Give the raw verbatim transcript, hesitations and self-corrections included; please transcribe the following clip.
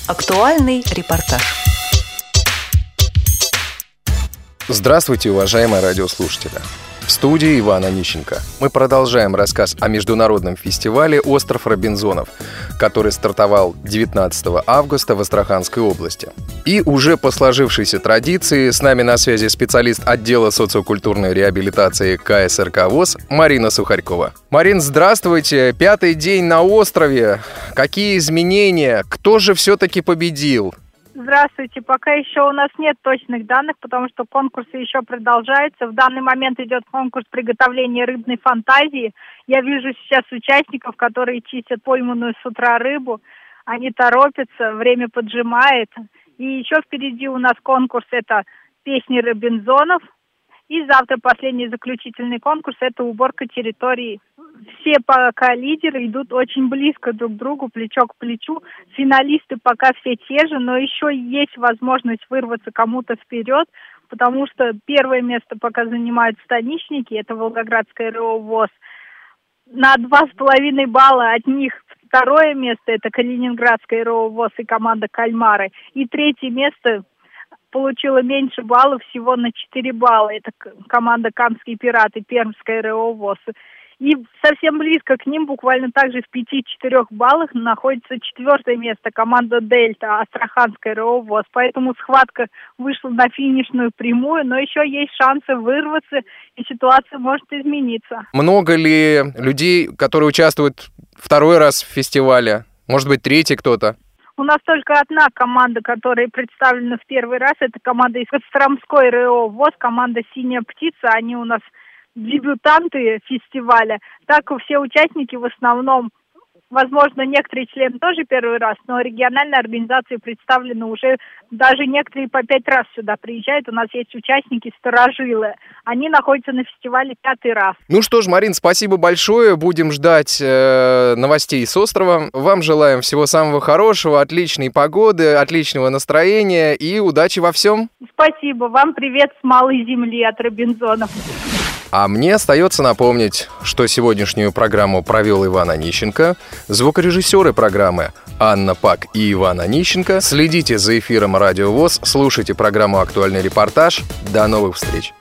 Актуальный репортаж. Здравствуйте, уважаемые радиослушатели! В студии Иван Онищенко. Мы продолжаем рассказ о международном фестивале «Остров Робинзонов», который стартовал девятнадцатого августа в Астраханской области. И уже по сложившейся традиции с нами на связи специалист отдела социокультурной реабилитации ка эс эр ка ВОС Марина Сухарькова. Марин, здравствуйте! Пятый день на острове. Какие изменения? Кто же все-таки победил? Здравствуйте. Пока еще у нас нет точных данных, потому что конкурсы еще продолжаются. В данный момент идет конкурс приготовления рыбной фантазии. Я вижу сейчас участников, которые чистят пойманную с утра рыбу. Они торопятся, время поджимает. И еще впереди у нас конкурс – это песни Робинзонов. И завтра последний заключительный конкурс – это уборка территории. Все пока лидеры идут очень близко друг к другу, плечо к плечу. Финалисты пока все те же, но еще есть возможность вырваться кому-то вперед, потому что первое место пока занимают станичники, это Волгоградское РО ВОС. На два с половиной балла от них второе место – это Калининградское РО ВОС и команда «Кальмары». И третье место – получила меньше баллов, всего на четыре балла. Это команда «Камские пираты», Пермская РО ВОС. И совсем близко к ним, буквально также в пяти-четырех баллах, находится четвертое место, команда «Дельта», Астраханская РО ВОС. Поэтому схватка вышла на финишную прямую, но еще есть шансы вырваться, и ситуация может измениться. Много ли людей, которые участвуют второй раз в фестивале? Может быть, третий кто-то? У нас только одна команда, которая представлена в первый раз. Это команда из Костромской РО ВОС, команда «Синяя птица». Они у нас дебютанты фестиваля. Так все участники в основном, возможно, некоторые члены тоже первый раз, но региональные организации представлены уже, даже некоторые по пять раз сюда приезжают. У нас есть участники старожилы. Они находятся на фестивале пятый раз. Ну что ж, Марин, спасибо большое. Будем ждать э, новостей с острова. Вам желаем всего самого хорошего, отличной погоды, отличного настроения и удачи во всем. Спасибо. Вам привет с малой земли от Робинзонов. А мне остается напомнить, что сегодняшнюю программу провел Иван Онищенко, звукорежиссеры программы Анна Пак и Иван Онищенко. Следите за эфиром Радио ВОС, слушайте программу «Актуальный репортаж». До новых встреч!